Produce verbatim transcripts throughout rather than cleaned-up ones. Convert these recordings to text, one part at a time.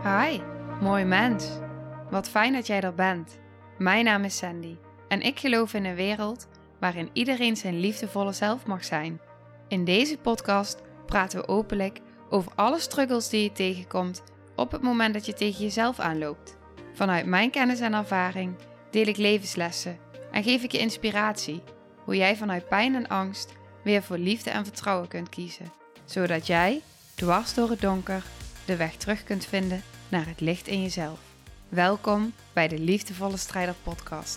Hi, mooi mens. Wat fijn dat jij er bent. Mijn naam is Sandy en ik geloof in een wereld waarin iedereen zijn liefdevolle zelf mag zijn. In deze podcast praten we openlijk over alle struggles die je tegenkomt op het moment dat je tegen jezelf aanloopt. Vanuit mijn kennis en ervaring deel ik levenslessen en geef ik je inspiratie hoe jij vanuit pijn en angst weer voor liefde en vertrouwen kunt kiezen, zodat jij, dwars door het donker, de weg terug kunt vinden naar het licht in jezelf. Welkom bij de Liefdevolle Strijder podcast.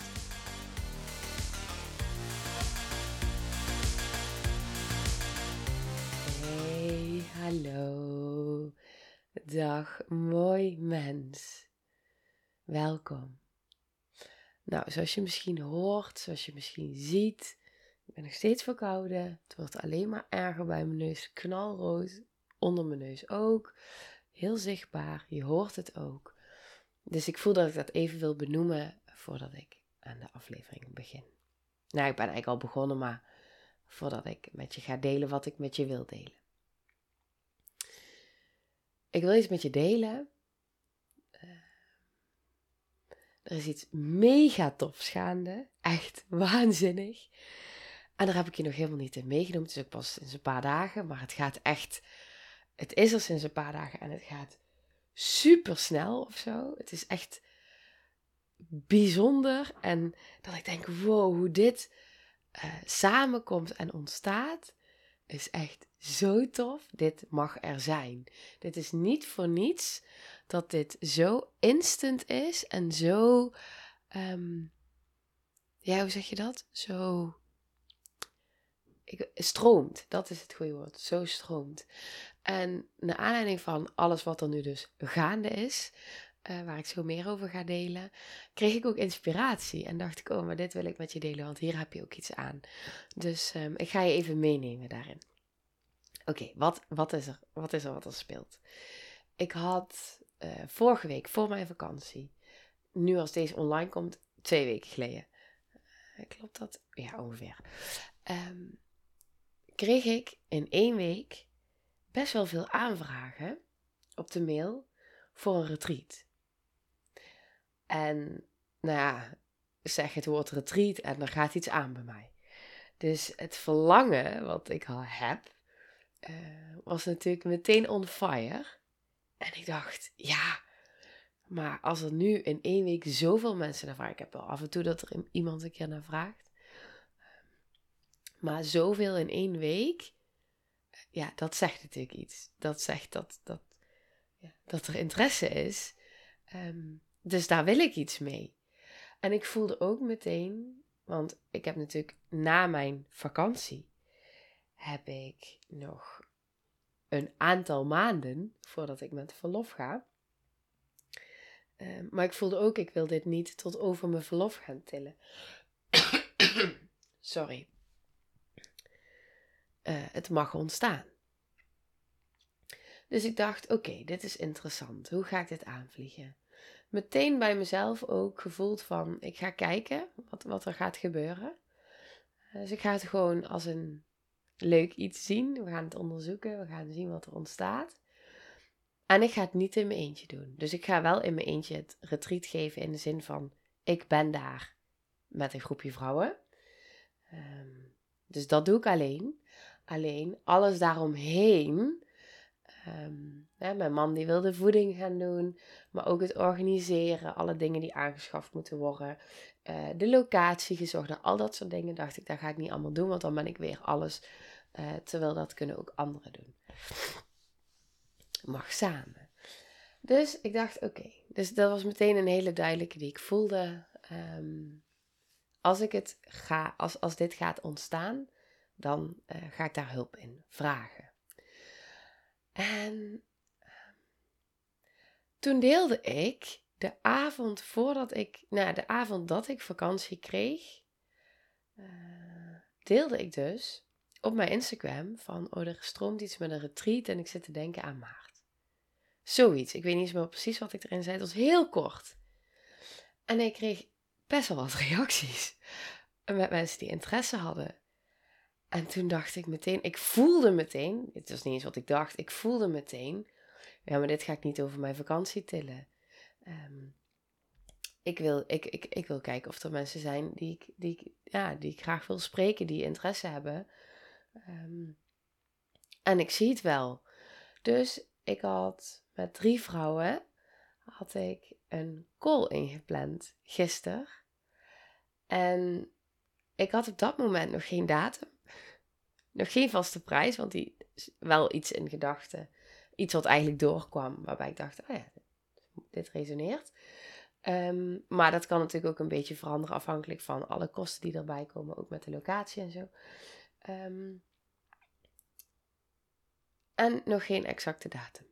Hey, hallo. Dag, mooi mens. Welkom. Nou, zoals je misschien hoort, zoals je misschien ziet, ik ben nog steeds verkouden. Het wordt alleen maar erger bij mijn neus, knalrood, onder mijn neus ook. Heel zichtbaar, je hoort het ook. Dus ik voel dat ik dat even wil benoemen voordat ik aan de aflevering begin. Nou, ik ben eigenlijk al begonnen, maar voordat ik met je ga delen wat ik met je wil delen. Ik wil iets met je delen. Uh, er is iets mega tofs gaande. Echt waanzinnig. En daar heb ik je nog helemaal niet in meegenomen. Het is ook pas sinds een paar dagen. Maar het gaat echt... Het is er sinds een paar dagen en het gaat super snel of zo. Het is echt bijzonder. En dat ik denk, wow, hoe dit uh, samenkomt en ontstaat, is echt zo tof. Dit mag er zijn. Dit is niet voor niets dat dit zo instant is en zo, um, ja, hoe zeg je dat? Zo ik, stroomt. Dat is het goede woord. Zo stroomt. En naar aanleiding van alles wat er nu dus gaande is, uh, waar ik zo meer over ga delen, kreeg ik ook inspiratie. En dacht ik, oh, maar dit wil ik met je delen, want hier heb je ook iets aan. Dus um, ik ga je even meenemen daarin. Oké, okay, wat, wat is er? Wat is er wat er speelt? Ik had uh, vorige week, voor mijn vakantie, nu als deze online komt, twee weken geleden. Uh, klopt dat? Ja, ongeveer. Um, kreeg ik in één week best wel veel aanvragen op de mail voor een retreat. En nou ja, zeg het woord retreat en er gaat iets aan bij mij. Dus het verlangen wat ik al heb, uh, was natuurlijk meteen on fire. En ik dacht, ja, maar als er nu in één week zoveel mensen naar vragen, ik heb wel af en toe dat er iemand een keer naar vraagt, maar zoveel in één week, ja, dat zegt natuurlijk iets. Dat zegt dat, dat, ja, dat er interesse is. Um, dus daar wil ik iets mee. En ik voelde ook meteen, want ik heb natuurlijk na mijn vakantie, heb ik nog een aantal maanden voordat ik met verlof ga. Uh, maar ik voelde ook, ik wil dit niet tot over mijn verlof gaan tillen. Sorry. Uh, het mag ontstaan. Dus ik dacht, oké, okay, dit is interessant. Hoe ga ik dit aanvliegen? Meteen bij mezelf ook gevoeld van, ik ga kijken wat, wat er gaat gebeuren. Dus ik ga het gewoon als een leuk iets zien. We gaan het onderzoeken, we gaan zien wat er ontstaat. En ik ga het niet in mijn eentje doen. Dus ik ga wel in mijn eentje het retreat geven in de zin van, ik ben daar met een groepje vrouwen. Um, dus dat doe ik alleen. Alleen alles daaromheen. Um, hè, mijn man die wil de voeding gaan doen, maar ook het organiseren, alle dingen die aangeschaft moeten worden, uh, de locatie gezocht, al dat soort dingen. Dacht ik, dat ga ik niet allemaal doen, want dan ben ik weer alles, uh, terwijl dat kunnen ook anderen doen. Mag samen. Dus ik dacht, oké, okay. Dus dat was meteen een hele duidelijke die ik voelde. Um, als ik het ga, als, als dit gaat ontstaan, dan uh, ga ik daar hulp in vragen. En toen deelde ik de avond voordat ik, nou de avond dat ik vakantie kreeg, uh, deelde ik dus op mijn Instagram van, oh, er stroomt iets met een retreat en ik zit te denken aan maart. Zoiets, ik weet niet eens meer precies wat ik erin zei, het was heel kort. En ik kreeg best wel wat reacties met mensen die interesse hadden. En toen dacht ik meteen, ik voelde meteen, het was niet eens wat ik dacht, ik voelde meteen, Ja, maar dit ga ik niet over mijn vakantie tillen. Um, ik, wil, ik, ik, ik wil kijken of er mensen zijn die ik, die, ik, ja, die ik graag wil spreken, die interesse hebben. Um, en ik zie het wel. Dus ik had met drie vrouwen had ik een call ingepland gisteren. En ik had op dat moment nog geen datum. Nog geen vaste prijs, want die is wel iets in gedachten. Iets wat eigenlijk doorkwam, waarbij ik dacht, oh ja, dit resoneert. Um, maar dat kan natuurlijk ook een beetje veranderen afhankelijk van alle kosten die erbij komen, ook met de locatie en zo. Um, en nog geen exacte datum.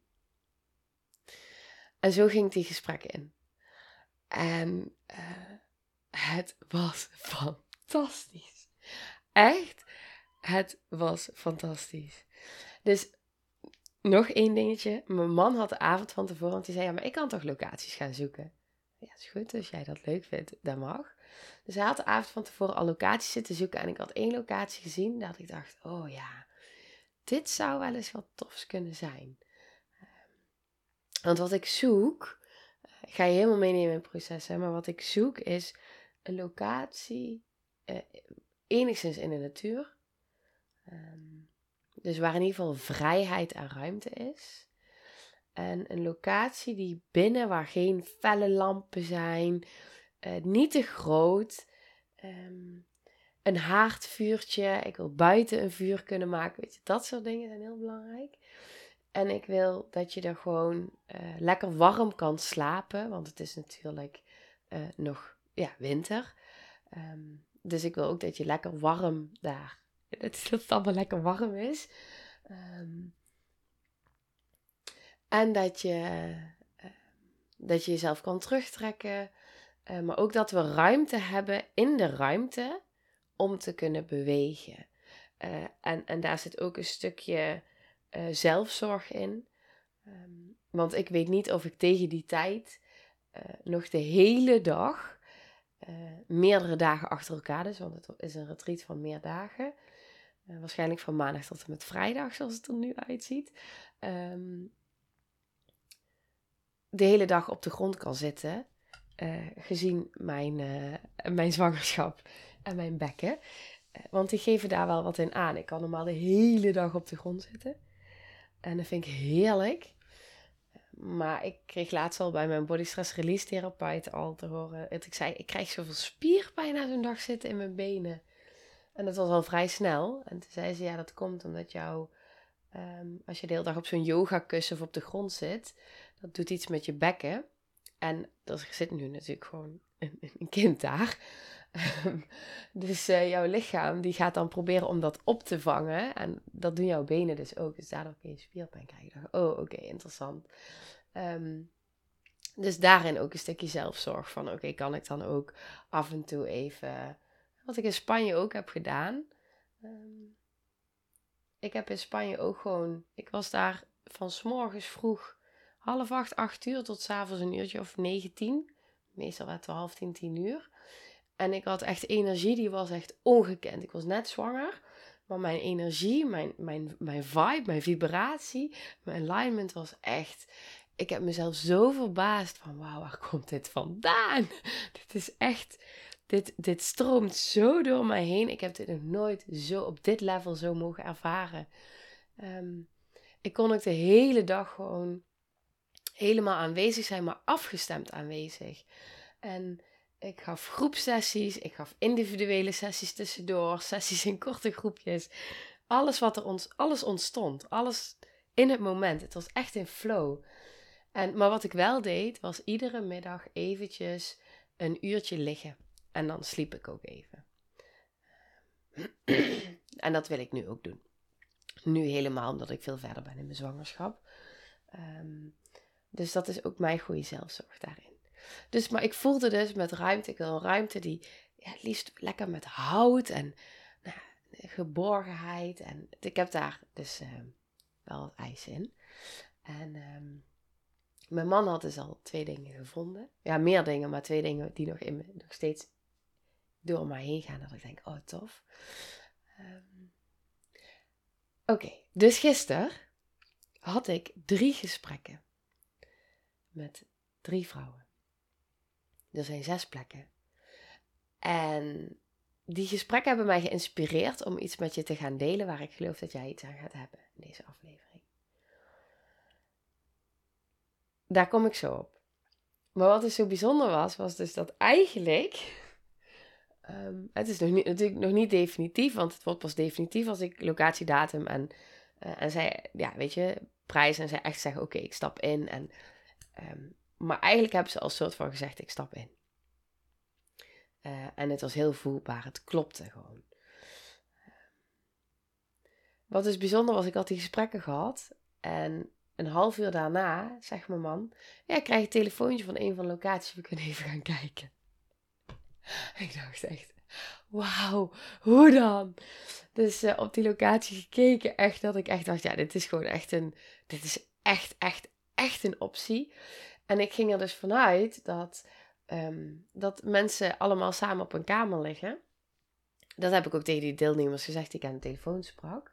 En zo ging die gesprek in. En uh, het was fantastisch. Echt, het was fantastisch. Dus nog één dingetje. Mijn man had de avond van tevoren, want die zei, ja, maar ik kan toch locaties gaan zoeken? Ja, is goed, als jij dat leuk vindt, dat mag. Dus hij had de avond van tevoren al locaties zitten zoeken en ik had één locatie gezien, dat ik dacht, oh ja, dit zou wel eens wat tofs kunnen zijn. Want wat ik zoek, ik ga je helemaal meenemen in het proces, hè, maar wat ik zoek is een locatie eh, enigszins in de natuur. Um, dus waar in ieder geval vrijheid en ruimte is. En een locatie die binnen, waar geen felle lampen zijn, uh, niet te groot. Um, een haardvuurtje, ik wil buiten een vuur kunnen maken. Weet je, dat soort dingen zijn heel belangrijk. En ik wil dat je er gewoon uh, lekker warm kan slapen. Want het is natuurlijk uh, nog ja, winter. Um, dus ik wil ook dat je lekker warm daar... Dat het allemaal lekker warm is. Um, en dat je, uh, dat je jezelf kan terugtrekken. Uh, maar ook dat we ruimte hebben in de ruimte om te kunnen bewegen. Uh, en, en daar zit ook een stukje uh, zelfzorg in. Um, want ik weet niet of ik tegen die tijd uh, nog de hele dag, uh, meerdere dagen achter elkaar dus, want het is een retreat van meer dagen. Uh, waarschijnlijk van maandag tot en met vrijdag, zoals het er nu uitziet. Um, de hele dag op de grond kan zitten, uh, gezien mijn, uh, mijn zwangerschap en mijn bekken. Uh, want die geven daar wel wat in aan. Ik kan normaal de hele dag op de grond zitten. En dat vind ik heerlijk. Maar ik kreeg laatst al bij mijn body stress release therapeut al te horen. Dat ik zei, ik krijg zoveel spierpijn na zo'n dag zitten in mijn benen. En dat was al vrij snel. En toen zei ze, ja, dat komt omdat jou, um, als je de hele dag op zo'n yogakussen of op de grond zit, dat doet iets met je bekken. En er zit nu natuurlijk gewoon een, een kind daar. Dus uh, jouw lichaam die gaat dan proberen om dat op te vangen. En dat doen jouw benen dus ook. Dus daardoor kun je spierpijn krijgen. Ik dacht, oh, oké, okay, interessant. Um, dus daarin ook een stukje zelfzorg van, oké, okay, kan ik dan ook af en toe even... Wat ik in Spanje ook heb gedaan. Um, ik heb in Spanje ook gewoon... Ik was daar van 's morgens vroeg half acht, acht uur tot 's avonds een uurtje of negen, tien. Meestal werd het wel half tien, tien uur. En ik had echt energie, die was echt ongekend. Ik was net zwanger, maar mijn energie, mijn, mijn, mijn vibe, mijn vibratie, mijn alignment was echt... Ik heb mezelf zo verbaasd van, wauw, waar komt dit vandaan? Dit is echt... Dit, dit stroomt zo door mij heen. Ik heb dit nog nooit zo op dit level zo mogen ervaren. Um, ik kon ook de hele dag gewoon helemaal aanwezig zijn, maar afgestemd aanwezig. En ik gaf groepsessies, ik gaf individuele sessies tussendoor, sessies in korte groepjes. Alles wat er ons, alles ontstond, alles in het moment. Het was echt in flow. En, maar wat ik wel deed, was iedere middag eventjes een uurtje liggen. En dan sliep ik ook even. En dat wil ik nu ook doen. Nu helemaal, omdat ik veel verder ben in mijn zwangerschap. Um, dus dat is ook mijn goede zelfzorg daarin. Dus, maar ik voelde dus met ruimte, ik wil een ruimte die ja, het liefst lekker met hout en nou, geborgenheid. En ik heb daar dus uh, wel wat ijs in. En um, mijn man had dus al twee dingen gevonden. Ja, meer dingen, maar twee dingen die nog, in me, nog steeds door mij heen gaan. Dat ik denk, oh tof. Um, Oké, okay, dus gisteren had ik drie gesprekken met drie vrouwen. Er zijn zes plekken. En die gesprekken hebben mij geïnspireerd om iets met je te gaan delen waar ik geloof dat jij iets aan gaat hebben in deze aflevering. Daar kom ik zo op. Maar wat dus zo bijzonder was, was dus dat eigenlijk... Um, het is nog niet, natuurlijk nog niet definitief, want het wordt pas definitief als ik locatiedatum en, uh, en zij, ja, weet je, prijs en zij echt zeggen, oké, okay, ik stap in. En, um, maar eigenlijk hebben ze al soort van gezegd, ik stap in. Uh, en het was heel voelbaar, het klopte gewoon. Uh, wat dus bijzonder was, ik had die gesprekken gehad en een half uur daarna zegt mijn man, ja, ik krijg een telefoontje van een van de locaties, we kunnen even gaan kijken. Ik dacht echt, wauw, hoe dan? Dus uh, op die locatie gekeken, echt dat ik echt dacht, ja, dit is gewoon echt een, dit is echt, echt, echt een optie. En ik ging er dus vanuit dat, um, dat mensen allemaal samen op een kamer liggen. Dat heb ik ook tegen die deelnemers gezegd die ik aan de telefoon sprak.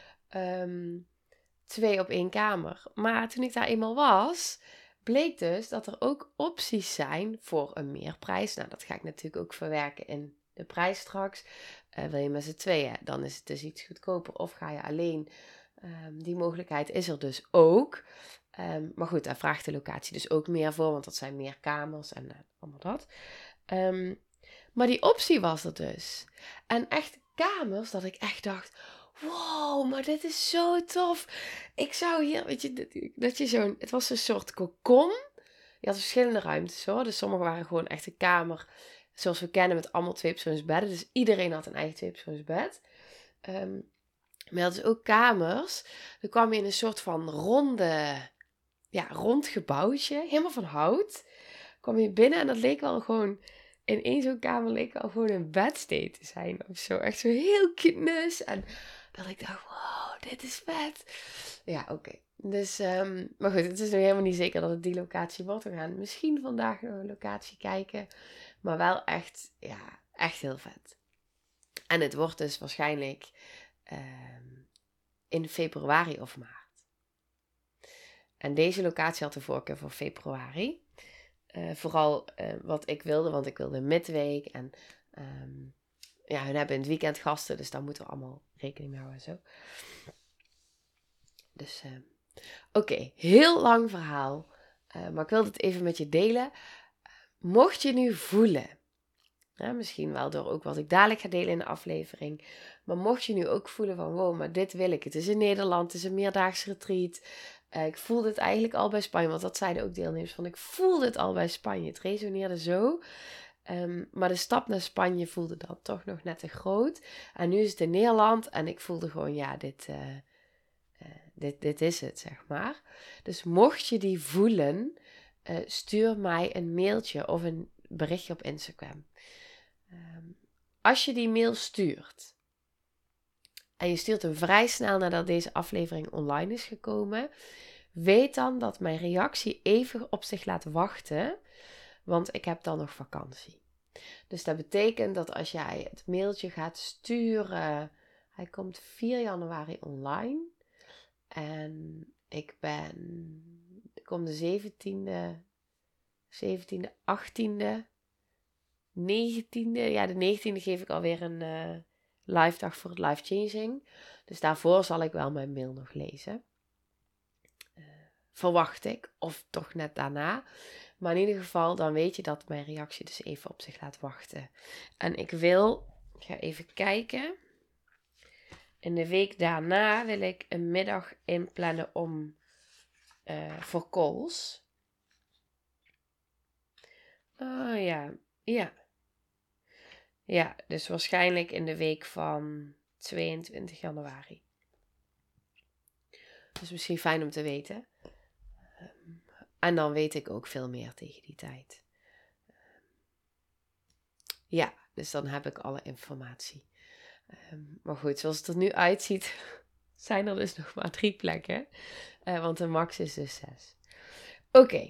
Um, twee op één kamer. Maar toen ik daar eenmaal was, bleek dus dat er ook opties zijn voor een meerprijs. Nou, dat ga ik natuurlijk ook verwerken in de prijs straks. Uh, wil je met z'n tweeën, dan is het dus iets goedkoper. Of ga je alleen. Um, die mogelijkheid is er dus ook. Um, maar goed, daar vraagt de locatie dus ook meer voor. Want dat zijn meer kamers en uh, allemaal dat. Um, maar die optie was er dus. En echt kamers dat ik echt dacht... Wow, maar dit is zo tof. Ik zou hier, weet je, dat je zo'n... Het was een soort kokon. Je had verschillende ruimtes hoor. Dus sommige waren gewoon echt een kamer zoals we kennen met allemaal tweepersoonsbedden. Dus iedereen had een eigen tweepersoonsbed. Um, maar je had dus ook kamers. Dan kwam je in een soort van ronde, ja, rond gebouwtje. Helemaal van hout. Kwam je binnen en dat leek wel gewoon... In één zo'n kamer leek wel gewoon een bedstee te zijn of zo. Echt zo heel knus. En dat ik dacht, wow, dit is vet. Ja, oké. Okay. Dus, um, maar goed, het is nog helemaal niet zeker dat het die locatie wordt. We gaan misschien vandaag nog een locatie kijken. Maar wel echt, ja, echt heel vet. En het wordt dus waarschijnlijk um, in februari of maart. En deze locatie had de voorkeur voor februari. Uh, vooral uh, wat ik wilde, want ik wilde midweek. En um, ja, hun hebben in het weekend gasten, dus daar moeten we allemaal rekening mee houden en zo. Dus, uh, oké, okay, heel lang verhaal. Uh, maar ik wilde het even met je delen. Mocht je nu voelen, ja, misschien wel door ook wat ik dadelijk ga delen in de aflevering. Maar mocht je nu ook voelen van, wow, maar dit wil ik. Het is in Nederland, het is een meerdaags retreat. Uh, ik voelde het eigenlijk al bij Spanje, want dat zeiden ook deelnemers van. Ik voelde het al bij Spanje. Het resoneerde zo. Um, maar de stap naar Spanje voelde dan toch nog net te groot. En nu is het in Nederland en ik voelde gewoon, ja, dit, uh, uh, dit, dit is het, zeg maar. Dus mocht je die voelen, uh, stuur mij een mailtje of een berichtje op Instagram. Um, als je die mail stuurt en je stuurt hem vrij snel nadat deze aflevering online is gekomen, weet dan dat mijn reactie even op zich laat wachten, want ik heb dan nog vakantie. Dus dat betekent dat als jij het mailtje gaat sturen, hij komt vier januari online en ik ben, ik kom de zeventiende, zeventiende, achttiende, negentiende, ja de negentiende geef ik alweer een uh, live dag voor het life changing. Dus daarvoor zal ik wel mijn mail nog lezen. Uh, verwacht ik, of toch net daarna. Maar in ieder geval, dan weet je dat mijn reactie dus even op zich laat wachten. En ik wil, ik ga even kijken. In de week daarna wil ik een middag inplannen om uh, voor calls. Oh ja, ja. Ja, dus waarschijnlijk in de week van tweeëntwintig januari. Dus misschien fijn om te weten. Um, en dan weet ik ook veel meer tegen die tijd. Um, ja, dus dan heb ik alle informatie. Um, maar goed, zoals het er nu uitziet, zijn er dus nog maar drie plekken. Uh, want de max is dus zes. Oké. Okay.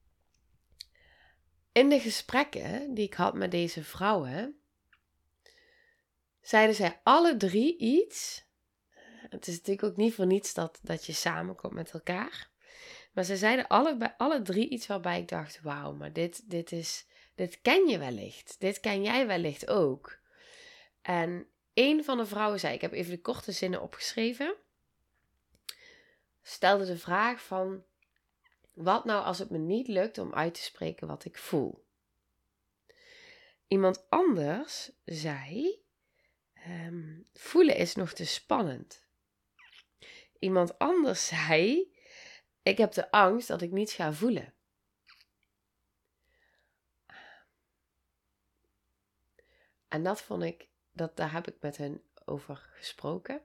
In de gesprekken die ik had met deze vrouwen, zeiden zij alle drie iets Het is natuurlijk ook niet voor niets dat, dat je samenkomt met elkaar. Maar ze zeiden alle, alle drie iets waarbij ik dacht, wauw, maar dit, dit, is, dit ken je wellicht. Dit ken jij wellicht ook. En een van de vrouwen zei, ik heb even de korte zinnen opgeschreven, stelde de vraag van, wat nou als het me niet lukt om uit te spreken wat ik voel? Iemand anders zei, um, voelen is nog te spannend. Iemand anders zei, ik heb de angst dat ik niets ga voelen. En dat vond ik, dat, daar heb ik met hen over gesproken.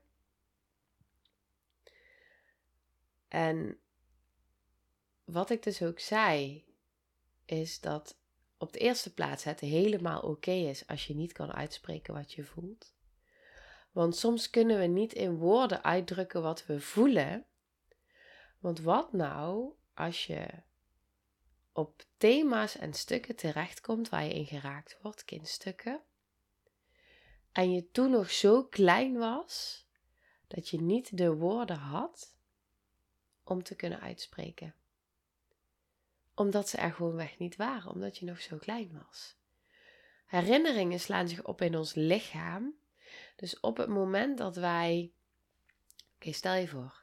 En wat ik dus ook zei, is dat op de eerste plaats het helemaal oké is als je niet kan uitspreken wat je voelt. Want soms kunnen we niet in woorden uitdrukken wat we voelen. Want wat nou als je op thema's en stukken terechtkomt waar je in geraakt wordt, kindstukken, en je toen nog zo klein was dat je niet de woorden had om te kunnen uitspreken. Omdat ze er gewoonweg niet waren, omdat je nog zo klein was. Herinneringen slaan zich op in ons lichaam. Dus op het moment dat wij... Oké, okay, stel je voor.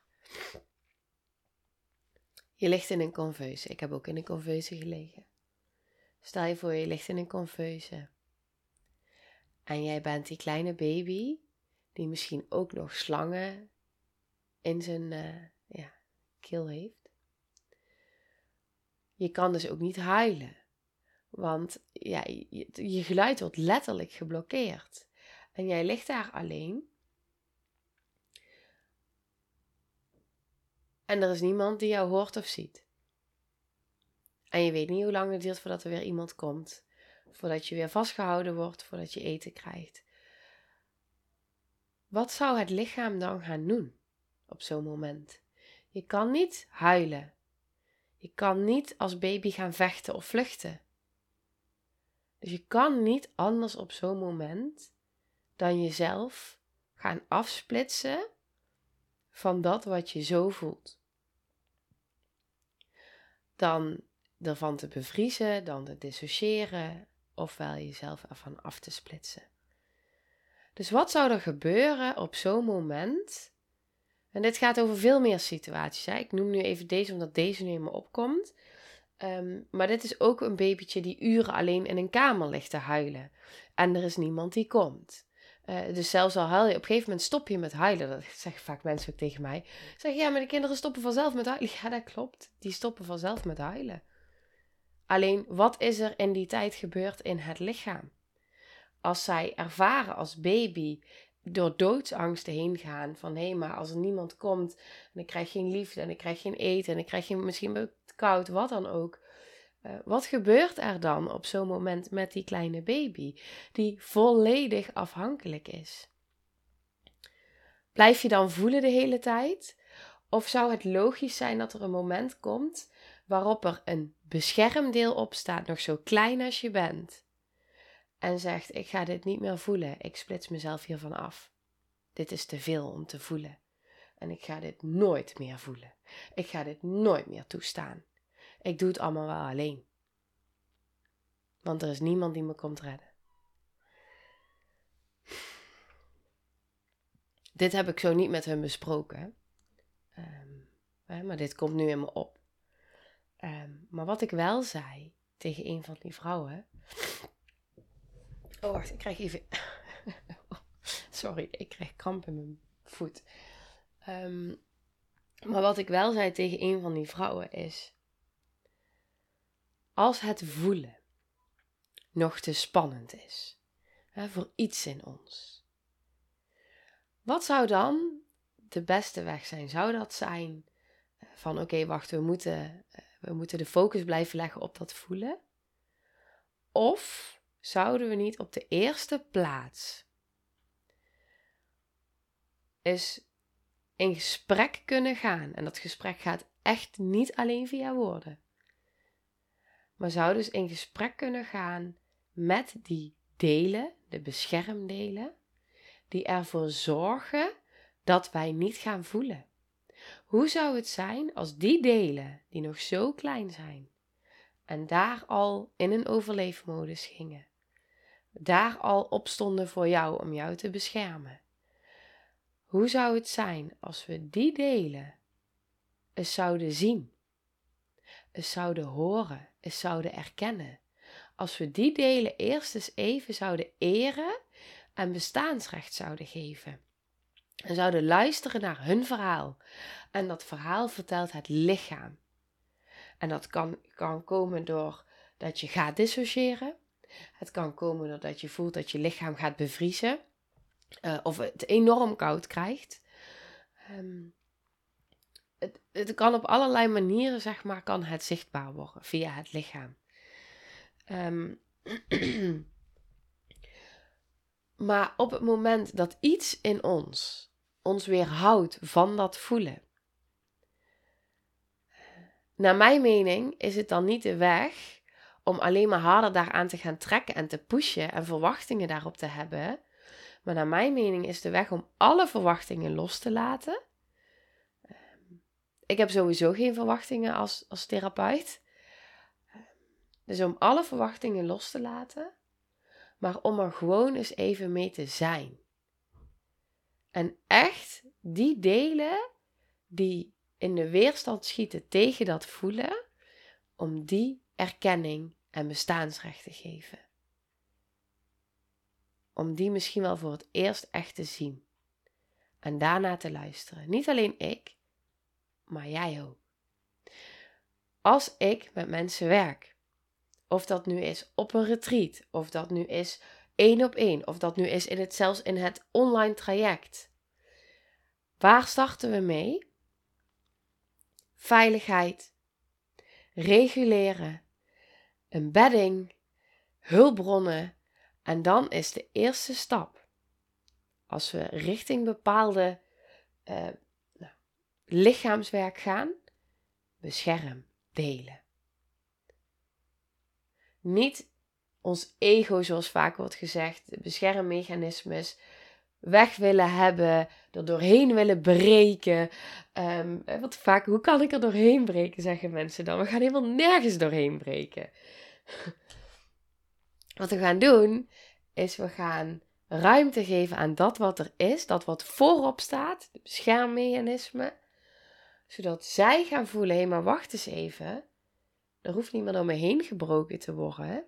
Je ligt in een conveuse. Ik heb ook in een conveuse gelegen. Stel je voor, je ligt in een conveuse. En jij bent die kleine baby, die misschien ook nog slangen in zijn uh, ja, keel heeft. Je kan dus ook niet huilen. Want ja, je, je geluid wordt letterlijk geblokkeerd. En jij ligt daar alleen. En er is niemand die jou hoort of ziet. En je weet niet hoe lang het duurt voordat er weer iemand komt. Voordat je weer vastgehouden wordt, voordat je eten krijgt. Wat zou het lichaam dan gaan doen op zo'n moment? Je kan niet huilen. Je kan niet als baby gaan vechten of vluchten. Dus je kan niet anders op zo'n moment dan jezelf gaan afsplitsen van dat wat je zo voelt. Dan ervan te bevriezen, dan te dissociëren, ofwel jezelf ervan af te splitsen. Dus wat zou er gebeuren op zo'n moment? En dit gaat over veel meer situaties. Hè? Ik noem nu even deze, omdat deze nu in me opkomt. Um, maar dit is ook een babytje die uren alleen in een kamer ligt te huilen. En er is niemand die komt. Uh, dus zelfs al huil je, op een gegeven moment stop je met huilen. Dat zeggen vaak mensen ook tegen mij. Zeggen, ja, maar de kinderen stoppen vanzelf met huilen. Ja, dat klopt. Die stoppen vanzelf met huilen. Alleen, wat is er in die tijd gebeurd in het lichaam? Als zij ervaren als baby door doodsangsten heen gaan. Van, hé, hey, maar als er niemand komt en ik krijg geen liefde en ik krijg geen eten en ik krijg geen, misschien koud, wat dan ook. Uh, wat gebeurt er dan op zo'n moment met die kleine baby die volledig afhankelijk is? Blijf je dan voelen de hele tijd? Of zou het logisch zijn dat er een moment komt waarop er een beschermdeel op staat, nog zo klein als je bent, en zegt, ik ga dit niet meer voelen, ik splits mezelf hiervan af. Dit is te veel om te voelen. En ik ga dit nooit meer voelen. Ik ga dit nooit meer toestaan. Ik doe het allemaal wel alleen. Want er is niemand die me komt redden. Dit heb ik zo niet met hun besproken. Um, hè, maar dit komt nu in me op. Um, maar wat ik wel zei tegen een van die vrouwen. Oh, wacht, ik krijg even... Sorry, ik krijg kramp in mijn voet. Um, maar wat ik wel zei tegen een van die vrouwen is... Als het voelen nog te spannend is, hè, voor iets in ons. Wat zou dan de beste weg zijn? Zou dat zijn van oké, okay, wacht, we moeten, we moeten de focus blijven leggen op dat voelen? Of zouden we niet op de eerste plaats eens in gesprek kunnen gaan? En dat gesprek gaat echt niet alleen via woorden. Maar zou dus in gesprek kunnen gaan met die delen, de beschermdelen, die ervoor zorgen dat wij niet gaan voelen? Hoe zou het zijn als die delen die nog zo klein zijn en daar al in een overleefmodus gingen, daar al opstonden voor jou om jou te beschermen? Hoe zou het zijn als we die delen eens zouden zien, eens zouden horen, eens zouden erkennen? Als we die delen eerst eens even zouden eren en bestaansrecht zouden geven. En zouden luisteren naar hun verhaal. En dat verhaal vertelt het lichaam. En dat kan, kan komen door dat je gaat dissociëren. Het kan komen doordat je voelt dat je lichaam gaat bevriezen. Uh, of het enorm koud krijgt. Um, het, het kan op allerlei manieren, zeg maar, kan het zichtbaar worden via het lichaam. Um, maar op het moment dat iets in ons ons weerhoudt van dat voelen, naar mijn mening is het dan niet de weg om alleen maar harder daaraan te gaan trekken en te pushen en verwachtingen daarop te hebben. Maar naar mijn mening is de weg om alle verwachtingen los te laten. Ik heb sowieso geen verwachtingen als, als therapeut. Dus om alle verwachtingen los te laten, maar om er gewoon eens even mee te zijn. En echt die delen die in de weerstand schieten tegen dat voelen, om die erkenning en bestaansrecht te geven. Om die misschien wel voor het eerst echt te zien. En daarna te luisteren. Niet alleen ik, maar jij ook. Als ik met mensen werk, of dat nu is op een retreat, of dat nu is één op één, of dat nu is in het, zelfs in het online traject. Waar starten we mee? Veiligheid, reguleren, een bedding, hulpbronnen. En dan is de eerste stap, als we richting bepaalde uh, nou, lichaamswerk gaan, bescherm, delen. Niet ons ego, zoals vaak wordt gezegd, de beschermmechanismes weg willen hebben, er doorheen willen breken. Um, wat vaak, hoe kan ik er doorheen breken, zeggen mensen dan. We gaan helemaal nergens doorheen breken. Wat we gaan doen, is we gaan ruimte geven aan dat wat er is, dat wat voorop staat, de beschermmechanismen, zodat zij gaan voelen, hé, maar wacht eens even, er hoeft niet meer door me heen gebroken te worden. Hè?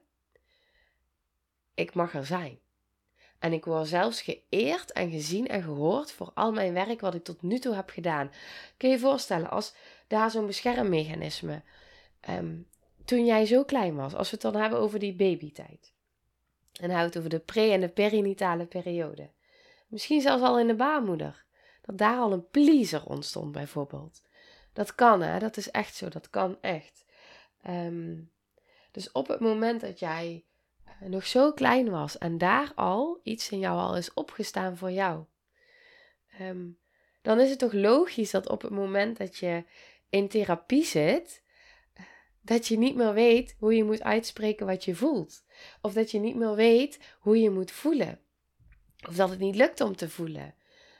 Ik mag er zijn. En ik word zelfs geëerd en gezien en gehoord voor al mijn werk wat ik tot nu toe heb gedaan. Kun je je voorstellen, als daar zo'n beschermmechanisme, um, toen jij zo klein was, als we het dan hebben over die babytijd. En dan hebben we het over de pre- en de perinatale periode. Misschien zelfs al in de baarmoeder. Dat daar al een pleaser ontstond bijvoorbeeld. Dat kan, hè, dat is echt zo, dat kan echt. Um, dus op het moment dat jij nog zo klein was en daar al iets in jou al is opgestaan voor jou, um, dan is het toch logisch dat op het moment dat je in therapie zit, dat je niet meer weet hoe je moet uitspreken wat je voelt. Of dat je niet meer weet hoe je moet voelen. Of dat het niet lukt om te voelen.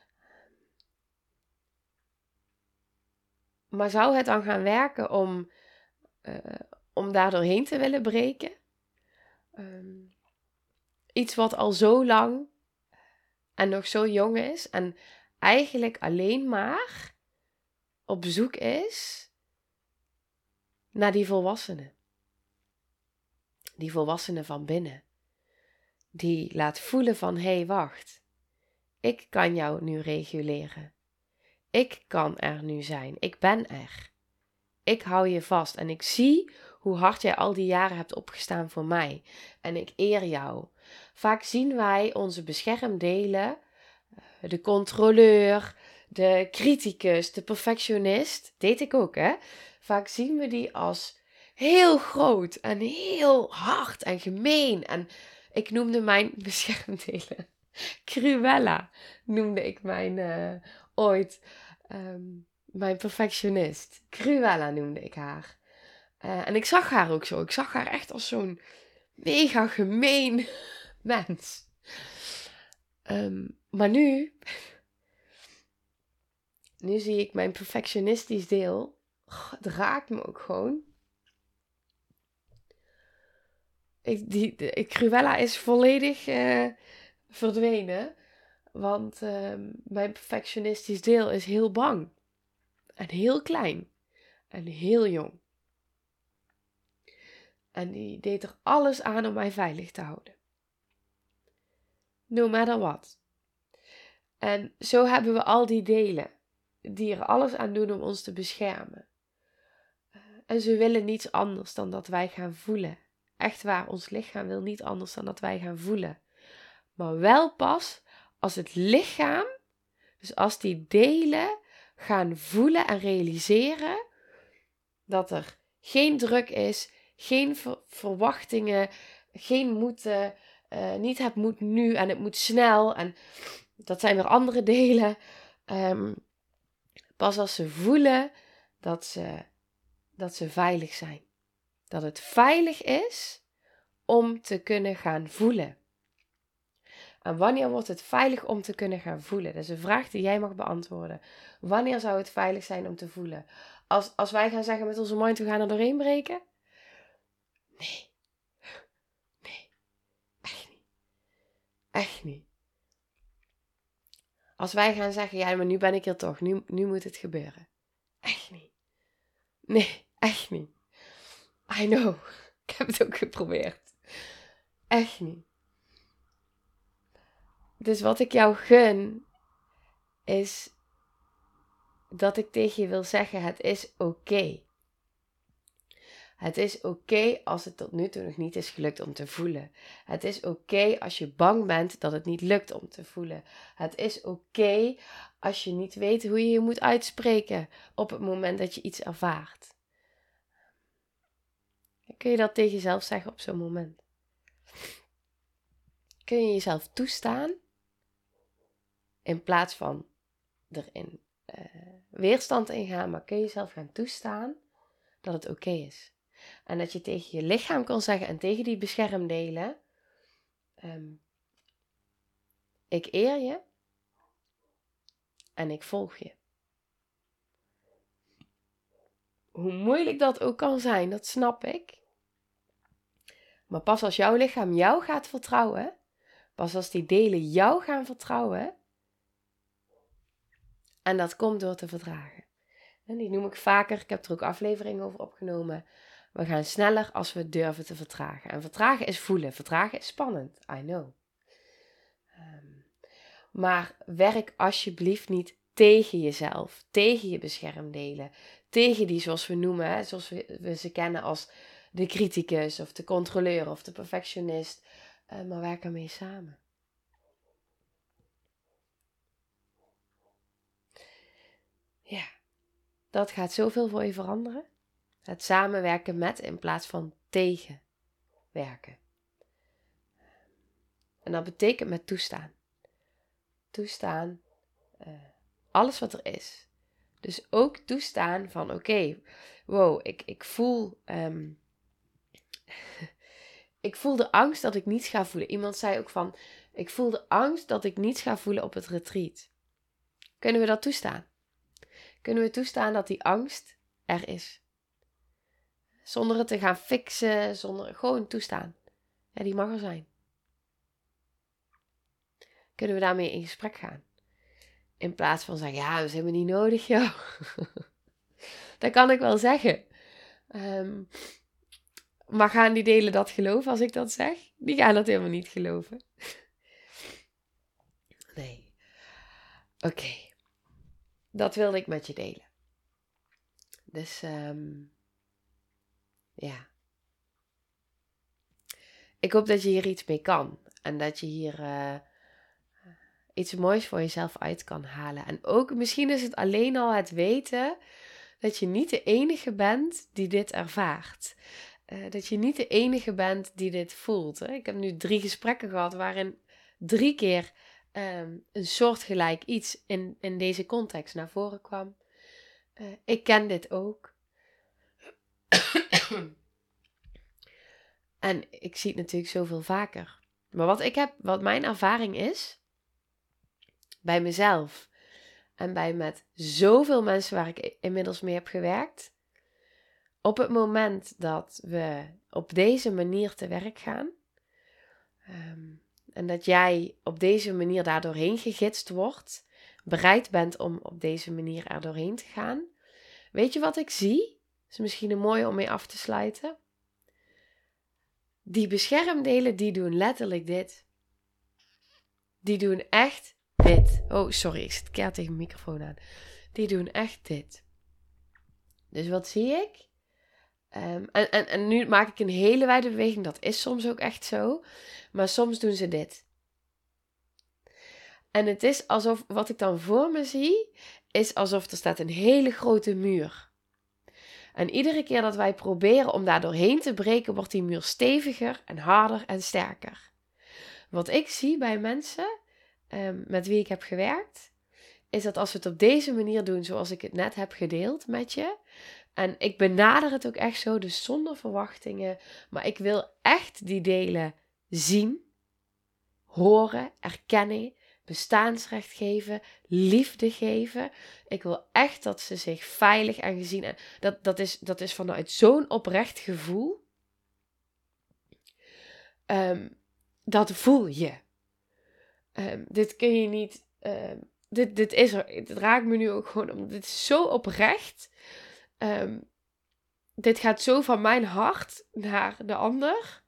Maar zou het dan gaan werken om, uh, om daar doorheen te willen breken? Um, iets wat al zo lang en nog zo jong is en eigenlijk alleen maar op zoek is naar die volwassene. Die volwassene van binnen. Die laat voelen van, hé, hey, wacht. Ik kan jou nu reguleren. Ik kan er nu zijn. Ik ben er. Ik hou je vast en ik zie hoe hard jij al die jaren hebt opgestaan voor mij. En ik eer jou. Vaak zien wij onze beschermdelen, de controleur, de criticus, de perfectionist. Deed ik ook, hè? Vaak zien we die als heel groot en heel hard en gemeen. En ik noemde mijn beschermdelen Cruella, noemde ik mijn uh, ooit... Um, Mijn perfectionist. Cruella noemde ik haar. Uh, en ik zag haar ook zo. Ik zag haar echt als zo'n mega gemeen mens. Um, maar nu nu zie ik mijn perfectionistisch deel. Oh, het raakt me ook gewoon. Ik, die, de, Cruella is volledig uh, verdwenen. Want uh, mijn perfectionistisch deel is heel bang. En heel klein. En heel jong. En die deed er alles aan om mij veilig te houden. No matter what. En zo hebben we al die delen. Die er alles aan doen om ons te beschermen. Uh, en ze willen niets anders dan dat wij gaan voelen. Echt waar, ons lichaam wil niet anders dan dat wij gaan voelen. Maar wel pas als het lichaam, dus als die delen gaan voelen en realiseren dat er geen druk is, geen ver- verwachtingen, geen moeten, uh, niet het moet nu en het moet snel. En dat zijn weer andere delen. Um, pas als ze voelen dat ze, dat ze veilig zijn. Dat het veilig is om te kunnen gaan voelen. En wanneer wordt het veilig om te kunnen gaan voelen? Dat is een vraag die jij mag beantwoorden. Wanneer zou het veilig zijn om te voelen? Als, als wij gaan zeggen met onze mind, we gaan er doorheen breken? Nee. Nee. Echt niet. Echt niet. Als wij gaan zeggen, ja, maar nu ben ik hier toch. Nu, nu moet het gebeuren. Echt niet. Nee, echt niet. I know. Ik heb het ook geprobeerd. Echt niet. Dus wat ik jou gun, is dat ik tegen je wil zeggen, het is oké. Okay. Het is oké okay als het tot nu toe nog niet is gelukt om te voelen. Het is oké okay als je bang bent dat het niet lukt om te voelen. Het is oké okay als je niet weet hoe je je moet uitspreken op het moment dat je iets ervaart. Kun je dat tegen jezelf zeggen op zo'n moment? Kun je jezelf toestaan in plaats van erin uh, weerstand ingaan, maar kun je jezelf gaan toestaan dat het oké okay is. En dat je tegen je lichaam kan zeggen en tegen die beschermdelen, um, ik eer je en ik volg je. Hoe moeilijk dat ook kan zijn, dat snap ik. Maar pas als jouw lichaam jou gaat vertrouwen, pas als die delen jou gaan vertrouwen, en dat komt door te verdragen. En die noem ik vaker, ik heb er ook afleveringen over opgenomen. We gaan sneller als we durven te vertragen. En vertragen is voelen, vertragen is spannend, I know. Um, maar werk alsjeblieft niet tegen jezelf, tegen je beschermdelen, tegen die zoals we noemen, hè, zoals we, we ze kennen als de criticus of de controleur of de perfectionist. Uh, maar werk ermee samen. Ja, dat gaat zoveel voor je veranderen. Het samenwerken met in plaats van tegen werken. En dat betekent met toestaan. Toestaan, uh, alles wat er is. Dus ook toestaan van oké, okay, wow, ik, ik voel... Um, ik voel de angst dat ik niets ga voelen. Iemand zei ook van, ik voel de angst dat ik niets ga voelen op het retreat. Kunnen we dat toestaan? Kunnen we toestaan dat die angst er is? Zonder het te gaan fixen, zonder gewoon toestaan. Ja, die mag er zijn. Kunnen we daarmee in gesprek gaan? In plaats van zeggen, ja, dat is helemaal niet nodig, joh. Dat kan ik wel zeggen. Um, maar gaan die delen dat geloven als ik dat zeg? Die gaan dat helemaal niet geloven. Nee. Oké. Okay. Dat wilde ik met je delen. Dus, um, ja. Ik hoop dat je hier iets mee kan. En dat je hier uh, iets moois voor jezelf uit kan halen. En ook, misschien is het alleen al het weten dat je niet de enige bent die dit ervaart. Uh, dat je niet de enige bent die dit voelt. Hè? Ik heb nu drie gesprekken gehad waarin drie keer um, een soortgelijk iets in, in deze context naar voren kwam. Uh, ik ken dit ook. En ik zie het natuurlijk zoveel vaker. Maar wat ik heb, wat mijn ervaring is, bij mezelf en bij met zoveel mensen waar ik inmiddels mee heb gewerkt. Op het moment dat we op deze manier te werk gaan, um, en dat jij op deze manier daar doorheen gegidst wordt, bereid bent om op deze manier er doorheen te gaan. Weet je wat ik zie? Dat is misschien een mooie om mee af te sluiten. Die beschermdelen, die doen letterlijk dit. Die doen echt dit. Oh, sorry, ik zit keer tegen mijn microfoon aan. Die doen echt dit. Dus wat zie ik? Um, en, en, en nu maak ik een hele wijde beweging. Dat is soms ook echt zo. Maar soms doen ze dit. En het is alsof, wat ik dan voor me zie, is alsof er staat een hele grote muur. En iedere keer dat wij proberen om daar doorheen te breken, wordt die muur steviger en harder en sterker. Wat ik zie bij mensen um, met wie ik heb gewerkt, is dat als we het op deze manier doen, zoals ik het net heb gedeeld met je, en ik benader het ook echt zo, dus zonder verwachtingen, maar ik wil echt die delen zien, horen, erkennen, bestaansrecht geven, liefde geven. Ik wil echt dat ze zich veilig en gezien en dat, dat, is, dat is vanuit zo'n oprecht gevoel. Um, dat voel je. Um, dit kun je niet. Um, dit, dit is er. Het raakt me nu ook gewoon om. Dit is zo oprecht. Um, dit gaat zo van mijn hart naar de ander.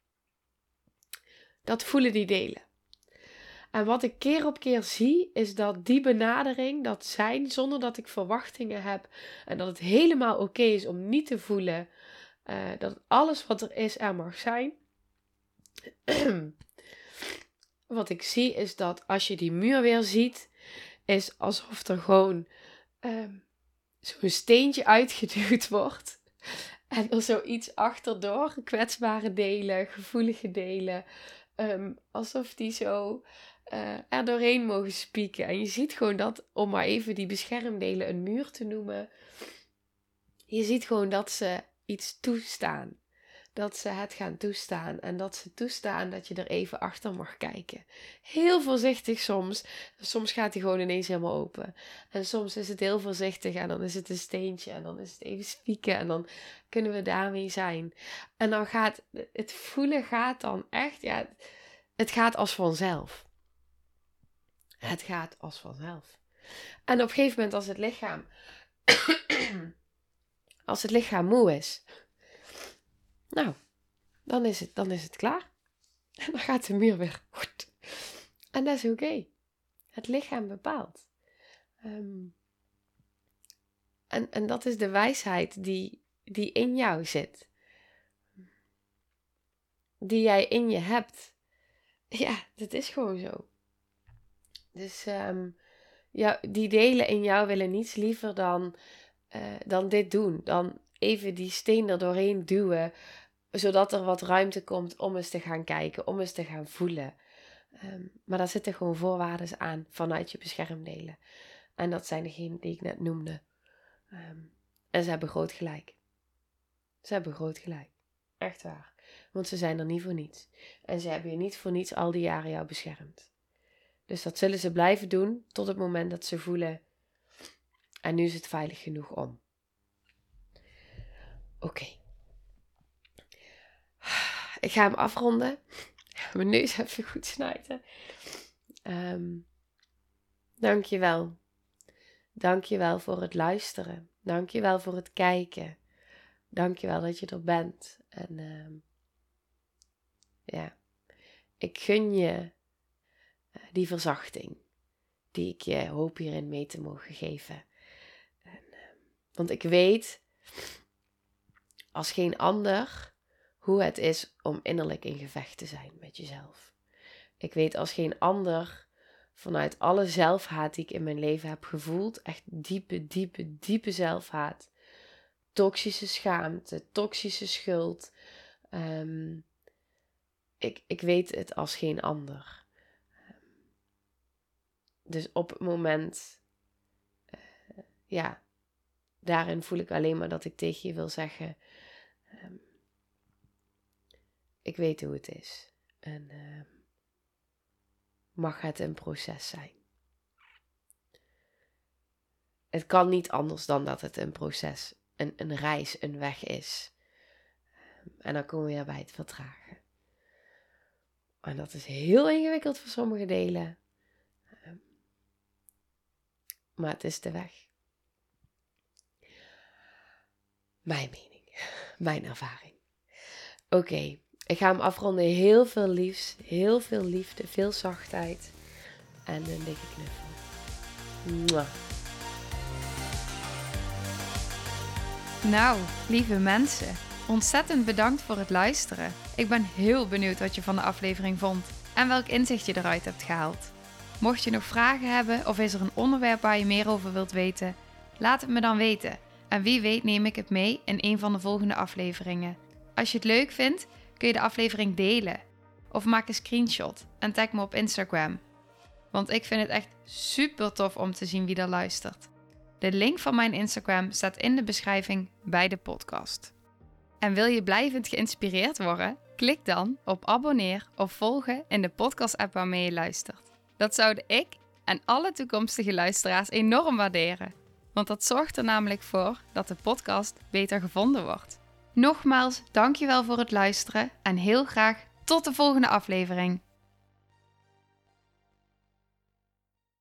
Dat voelen die delen. En wat ik keer op keer zie, is dat die benadering, dat zijn zonder dat ik verwachtingen heb. En dat het helemaal oké okay is om niet te voelen. Uh, dat alles wat er is, er mag zijn. Wat ik zie is dat als je die muur weer ziet, is alsof er gewoon um, zo'n steentje uitgeduwd wordt. En er zoiets achterdoor, kwetsbare delen, gevoelige delen. Um, alsof die zo uh, er doorheen mogen spieken. En je ziet gewoon dat, om maar even die beschermdelen een muur te noemen. Je ziet gewoon dat ze iets toestaan. Dat ze het gaan toestaan. En dat ze toestaan dat je er even achter mag kijken. Heel voorzichtig soms. Soms gaat hij gewoon ineens helemaal open. En soms is het heel voorzichtig. En dan is het een steentje. En dan is het even spieken. En dan kunnen we daarmee zijn. En dan gaat het voelen gaat dan echt. Ja, het gaat als vanzelf. Het gaat als vanzelf. En op een gegeven moment als het lichaam. als het lichaam moe is. Nou, dan is het, dan is het klaar. En dan gaat de muur weer goed. En dat is oké. Okay. Het lichaam bepaalt. Um, en, en dat is de wijsheid die, die in jou zit. Die jij in je hebt. Ja, dat is gewoon zo. Dus um, ja, die delen in jou willen niets liever dan, uh, dan dit doen. Dan even die steen er doorheen duwen. Zodat er wat ruimte komt om eens te gaan kijken, om eens te gaan voelen. Um, maar daar zitten gewoon voorwaarden aan vanuit je beschermdelen. En dat zijn degenen die ik net noemde. Um, en ze hebben groot gelijk. Ze hebben groot gelijk. Echt waar. Want ze zijn er niet voor niets. En ze hebben je niet voor niets al die jaren jou beschermd. Dus dat zullen ze blijven doen tot het moment dat ze voelen. En nu is het veilig genoeg om. Oké. Okay. Ik ga hem afronden. Mijn neus even goed snijden. Um, Dank je wel. Dank je wel voor het luisteren. Dank je wel voor het kijken. Dank je wel dat je er bent. En um, ja, ik gun je uh, die verzachting die ik je hoop hierin mee te mogen geven. En, uh, want ik weet als geen ander hoe het is om innerlijk in gevecht te zijn met jezelf. Ik weet als geen ander vanuit alle zelfhaat die ik in mijn leven heb gevoeld, echt diepe, diepe, diepe zelfhaat, toxische schaamte, toxische schuld. Um, ik, ik weet het als geen ander. Um, dus op het moment, uh, ja, daarin voel ik alleen maar dat ik tegen je wil zeggen, um, ik weet hoe het is. En um, mag het een proces zijn. Het kan niet anders dan dat het een proces, een, een reis, een weg is. En dan komen we weer bij het vertragen. En dat is heel ingewikkeld voor sommige delen. Maar het is de weg. Mijn mening. Mijn ervaring. Oké, okay, ik ga hem afronden. Heel veel liefs. Heel veel liefde. Veel zachtheid. En een dikke knuffel. Mwah. Nou, lieve mensen. Ontzettend bedankt voor het luisteren. Ik ben heel benieuwd wat je van de aflevering vond. En welk inzicht je eruit hebt gehaald. Mocht je nog vragen hebben of is er een onderwerp waar je meer over wilt weten, laat het me dan weten. En wie weet neem ik het mee in een van de volgende afleveringen. Als je het leuk vindt, kun je de aflevering delen. Of maak een screenshot en tag me op Instagram. Want ik vind het echt super tof om te zien wie er luistert. De link van mijn Instagram staat in de beschrijving bij de podcast. En wil je blijvend geïnspireerd worden? Klik dan op abonneer of volgen in de podcast-app waarmee je luistert. Dat zouden ik en alle toekomstige luisteraars enorm waarderen. Want dat zorgt er namelijk voor dat de podcast beter gevonden wordt. Nogmaals, dankjewel voor het luisteren en heel graag tot de volgende aflevering.